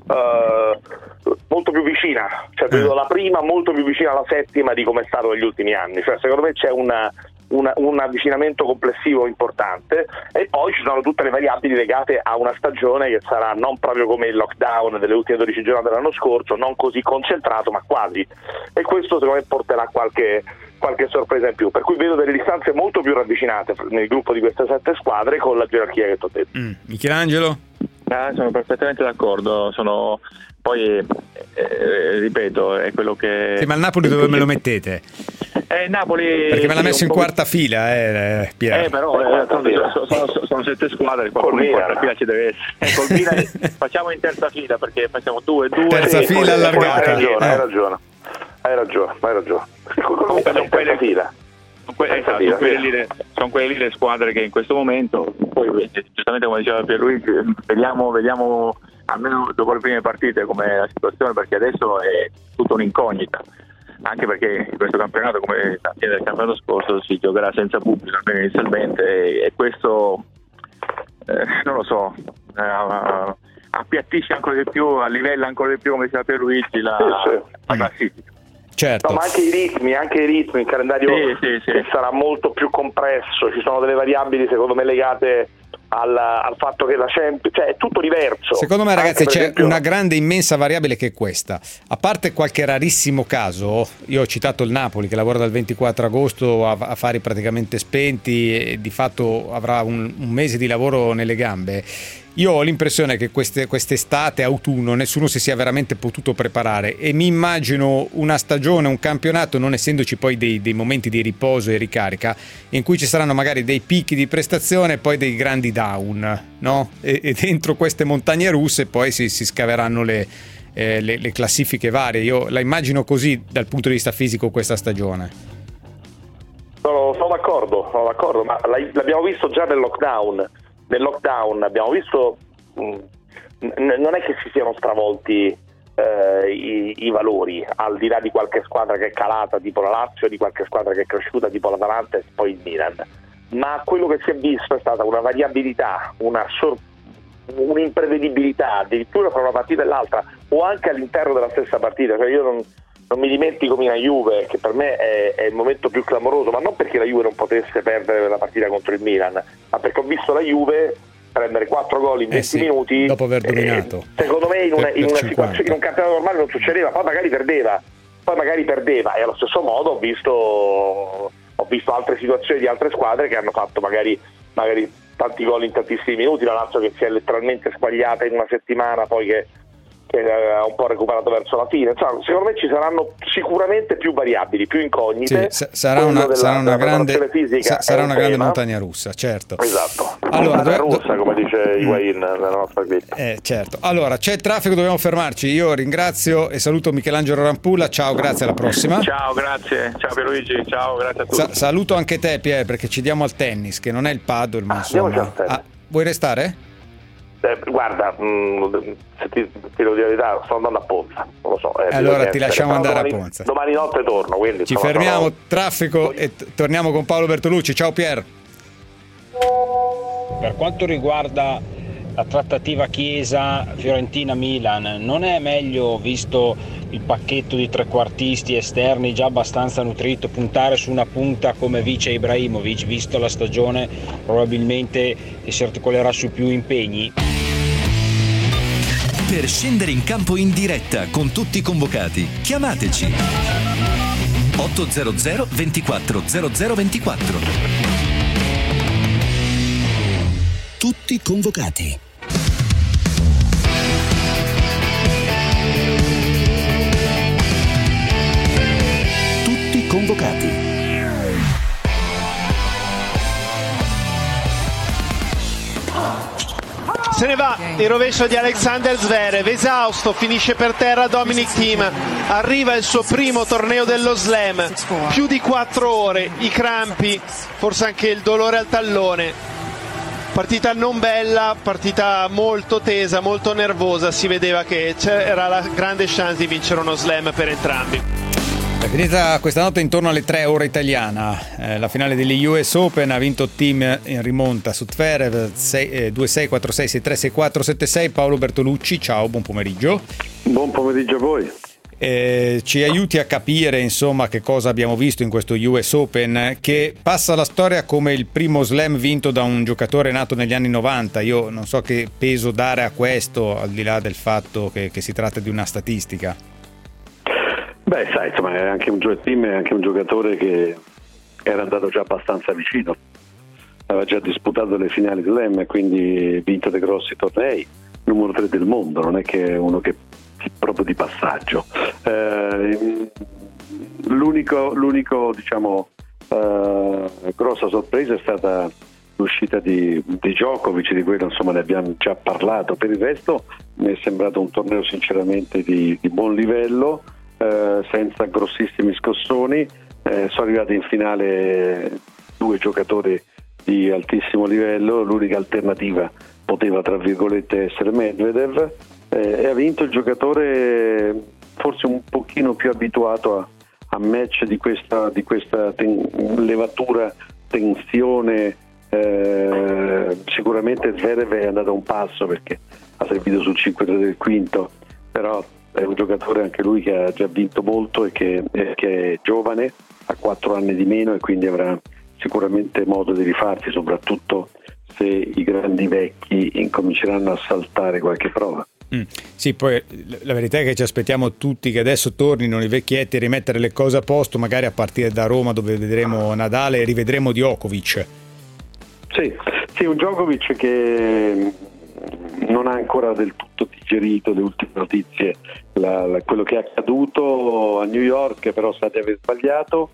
eh, molto più vicina, cioè vedo la prima molto più vicina alla settima di come è stato negli ultimi anni, cioè secondo me c'è una Una, un avvicinamento complessivo importante e poi ci sono tutte le variabili legate a una stagione che sarà non proprio come il lockdown delle ultime dodici giornate dell'anno scorso, non così concentrato ma quasi, e questo secondo me porterà qualche, qualche sorpresa in più, per cui vedo delle distanze molto più ravvicinate nel gruppo di queste sette squadre con la gerarchia che ti ho detto. Mm. Michelangelo? Ah, sono perfettamente d'accordo, sono poi eh, eh, ripeto è quello che Sì, ma il Napoli dove me lo mettete? Eh, Napoli Perché me l'ha sì, messo un in po'- quarta fila, eh, Pier. Eh, però eh, sono, sono, sono sette squadre, qualcuno in quarta fila ci deve essere. Eh, col Milan facciamo in terza fila perché facciamo due due. Terza e fila poi- allargata. Hai ragione, Eh. hai ragione, hai ragione, hai ragione. Comunque sono quelle, fila. sono que- esatto, sono quelle lì le- sono quelle lì le squadre che in questo momento, poi eh, giustamente come diceva Pierluigi, vediamo, vediamo almeno dopo le prime partite com'è la situazione, perché adesso è tutta un'incognita. Anche perché in questo campionato, come la fine del campionato scorso, si giocherà senza pubblico almeno inizialmente, e, e questo eh, non lo so, eh, appiattisce ancora di più, a livello ancora di più, come diceva Pierluigi, la, la classifica. Certo. No, ma anche i ritmi, anche i ritmi, il calendario Sì, sì, sì. che sarà molto più compresso, ci sono delle variabili secondo me legate al, al fatto che la Champions, cioè è tutto diverso. Secondo me, Anche, ragazzi, per c'è esempio, una grande, immensa variabile che è questa. A parte qualche rarissimo caso, io ho citato il Napoli che lavora dal ventiquattro agosto a a affari praticamente spenti e di fatto avrà un, un mese di lavoro nelle gambe. Io ho l'impressione che queste, quest'estate, autunno, nessuno si sia veramente potuto preparare e mi immagino una stagione, un campionato, non essendoci poi dei, dei momenti di riposo e ricarica, in cui ci saranno magari dei picchi di prestazione e poi dei grandi down, no? E, e dentro queste montagne russe poi si, si scaveranno le, eh, le, le classifiche varie. Io la immagino così dal punto di vista fisico questa stagione. Sono, sono d'accordo, sono d'accordo, ma l'hai- l'abbiamo visto già nel lockdown. Nel lockdown abbiamo visto, mh, n- non è che si siano stravolti eh, i, i valori, al di là di qualche squadra che è calata tipo la Lazio, di qualche squadra che è cresciuta tipo l'Atalanta e poi il Milan, ma quello che si è visto è stata una variabilità, una sor- un'imprevedibilità addirittura fra una partita e l'altra, o anche all'interno della stessa partita. Cioè io non, non mi dimentico Milan Juve, che per me è, è il momento più clamoroso, ma non perché la Juve non potesse perdere la partita contro il Milan, ma perché ho visto la Juve prendere quattro gol in Eh venti sì, minuti, dopo aver eh, dominato. secondo me in una, Per- in per una cinquanta. situazione, in un campionato normale non succedeva, poi magari perdeva poi magari perdeva e allo stesso modo ho visto ho visto altre situazioni di altre squadre che hanno fatto magari magari tanti gol in tantissimi minuti, la Lazio che si è letteralmente squagliata in una settimana, poi che, che ha un po' recuperato verso la fine. Insomma, secondo me ci saranno sicuramente più variabili, più incognite. Sì, sa- sarà Quello una, della- sarà una della grande, preparazione fisica sa- sarà è una un grande tema. montagna russa, certo. Esatto, Allora, montagna dove- russa, come dice Higuain nella nostra clip. Eh, certo. Allora, c'è traffico, dobbiamo fermarci. Io ringrazio e saluto Michelangelo Rampulla. Ciao, grazie, alla prossima. Ciao, grazie, ciao Pierluigi, ciao, grazie a tutti. Sa- saluto anche te, Pier, perché ci diamo al tennis, che non è il paddle, ma Andiamoci insomma. al tennis. Ah, vuoi restare? Eh, guarda, guarda, mh, se ti, ti devo dire la verità, sto andando a Ponza, non lo so. Eh, allora ti lasciamo andare domani, a Ponza. Domani notte torno, quindi ci insomma, fermiamo, sono... traffico, e t- torniamo con Paolo Bertolucci. Ciao Pier. Per quanto riguarda la trattativa Chiesa-Fiorentina-Milan, non è meglio, visto il pacchetto di trequartisti esterni già abbastanza nutrito, puntare su una punta come Vice Ibrahimovic, visto la stagione probabilmente che si articolerà su più impegni? Per scendere in campo in diretta con tutti i convocati, chiamateci ottocento ventiquattro zero zero ventiquattro. Tutti convocati. Tutti convocati. Se ne va il rovescio di Alexander Zverev, esausto, finisce per terra Dominic Thiem, arriva il suo primo torneo dello slam, più di quattro ore, i crampi, forse anche il dolore al tallone, partita non bella, partita molto tesa, molto nervosa, si vedeva che c'era la grande chance di vincere uno slam per entrambi. È finita questa notte intorno alle tre ora italiana, eh, la finale degli U S Open. Ha vinto Thiem in rimonta su Zverev due sei quattro sei sei tre sei quattro sette sei. Paolo Bertolucci, ciao, buon pomeriggio. Buon pomeriggio a voi. Eh, ci aiuti a capire insomma che cosa abbiamo visto in questo U S Open, che passa alla storia come il primo slam vinto da un giocatore nato negli anni novanta. Io non so che peso dare a questo, al di là del fatto che, che si tratta di una statistica. Beh, sai, insomma, è anche un, gio- Thiem è anche un giocatore che era andato già abbastanza vicino, aveva già disputato le finali slam e quindi vinto dei grossi tornei, numero tre del mondo, non è che è uno che proprio di passaggio. Eh, l'unico, l'unico diciamo eh, grossa sorpresa è stata l'uscita di, di Djokovic, di quello insomma ne abbiamo già parlato. Per il resto mi è sembrato un torneo sinceramente di, di buon livello, eh, senza grossissimi scossoni. Eh, sono arrivati in finale due giocatori di altissimo livello, l'unica alternativa poteva tra virgolette essere Medvedev, eh, e ha vinto il giocatore forse un pochino più abituato a, a match di questa, di questa ten- levatura, tensione. Eh, sicuramente Zverev è andato a un passo perché ha servito sul cinque tre del quinto, però è un giocatore anche lui che ha già vinto molto e che, eh, che è giovane, ha quattro anni di meno e quindi avrà sicuramente modo di rifarsi, soprattutto se i grandi vecchi incominceranno a saltare qualche prova. Mm. Sì, poi la verità è che ci aspettiamo tutti che adesso tornino i vecchietti a rimettere le cose a posto, magari a partire da Roma, dove vedremo Nadal e rivedremo Djokovic. Sì, sì, un Djokovic che non ha ancora del tutto digerito le ultime notizie, la, la, quello che è accaduto a New York, però sa di aver sbagliato,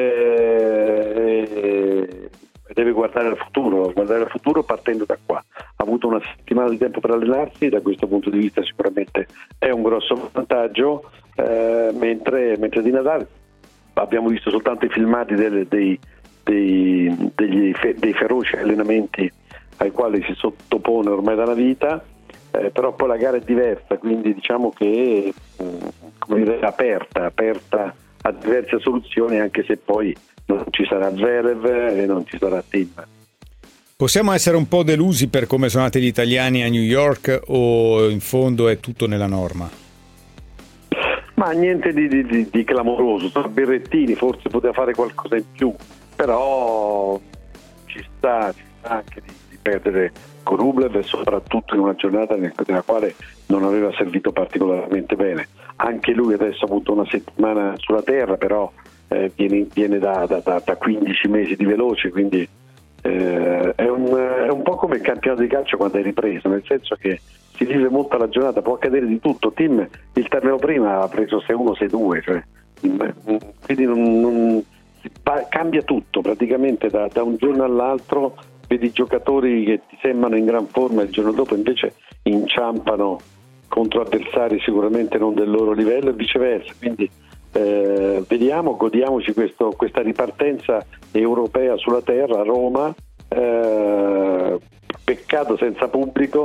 e deve guardare al futuro, guardare al futuro partendo da qua. Ha avuto una settimana di tempo per allenarsi, da questo punto di vista sicuramente è un grosso vantaggio, eh, mentre, mentre di Nadal abbiamo visto soltanto i filmati delle, dei, dei, degli, dei feroci allenamenti ai quali si sottopone ormai da una vita, eh, però poi la gara è diversa, quindi diciamo che come dire, è aperta, aperta a diverse soluzioni, anche se poi non ci sarà Zverev e non ci sarà Thiem. Possiamo essere un po' delusi per come sono andati gli italiani a New York, o in fondo è tutto nella norma? Ma niente di, di, di, di clamoroso, sono Berrettini, forse poteva fare qualcosa in più, però ci sta, ci sta anche di, di perdere con Rublev, e soprattutto in una giornata nella quale non aveva servito particolarmente bene. Anche lui adesso ha avuto una settimana sulla terra, però eh, viene, viene da, da, da, da quindici mesi di veloce, quindi eh, è, un, è un po' come il campionato di calcio quando è ripreso, nel senso che si vive molto la giornata, può accadere di tutto. Thiem il torneo prima ha preso sei uno sei due, cioè, quindi non, non, cambia tutto praticamente da, da un giorno all'altro. Vedi giocatori che ti sembrano in gran forma, il giorno dopo invece inciampano contro avversari sicuramente non del loro livello e viceversa, quindi eh, vediamo, godiamoci questo, questa ripartenza europea sulla terra a Roma, eh, peccato senza pubblico,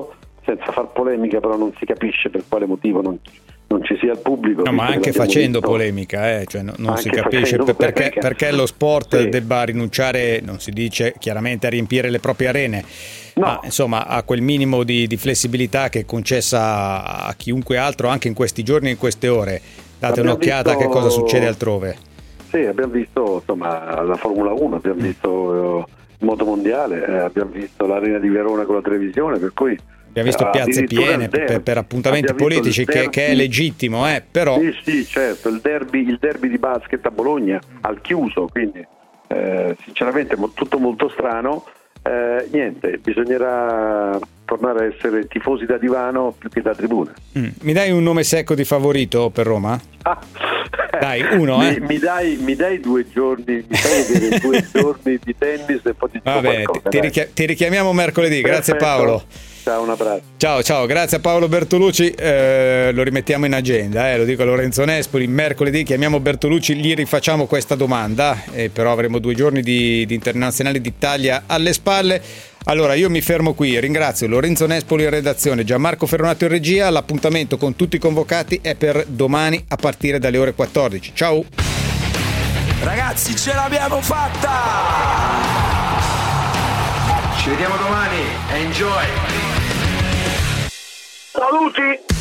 senza far polemica, però non si capisce per quale motivo non, non ci sia il pubblico. No, ma anche facendo visto. polemica, eh? Cioè, no, non Anche si capisce per, perché, polemica. perché lo sport Sì. debba rinunciare, non si dice chiaramente a riempire le proprie arene, no. ma insomma a quel minimo di, di flessibilità che è concessa a chiunque altro anche in questi giorni e in queste ore. Date Abbiamo un'occhiata visto... a che cosa succede altrove. Sì, abbiamo visto insomma la Formula uno, abbiamo visto eh, il moto mondiale, eh, abbiamo visto l'Arena di Verona con la televisione, per cui abbiamo visto eh, piazze piene per, per appuntamenti politici, che, che è legittimo, eh, però sì, sì, certo, il derby, il derby di basket a Bologna al chiuso, quindi eh, sinceramente mo- tutto molto strano. Eh, niente, bisognerà tornare a essere tifosi da divano più che da tribuna. Mm. Mi dai un nome secco di favorito per Roma? Ah. Dai, uno, mi, eh. mi, dai, mi dai due giorni, mi fai vedere due giorni di tennis e poi ti dico Vabbè, qualcosa, ti, richia- ti richiamiamo mercoledì. Grazie Perfetto. Paolo. Ciao, un abbraccio. Ciao, ciao, grazie a Paolo Bertolucci, eh, lo rimettiamo in agenda, eh, lo dico a Lorenzo Nespoli, mercoledì chiamiamo Bertolucci, gli rifacciamo questa domanda, eh, però avremo due giorni di, di internazionali d'Italia alle spalle. Allora io mi fermo qui, ringrazio Lorenzo Nespoli in redazione, Gianmarco Ferronato in regia, l'appuntamento con tutti i convocati è per domani a partire dalle ore quattordici. Ciao! Ragazzi, ce l'abbiamo fatta! Ci vediamo domani, enjoy! Saluti!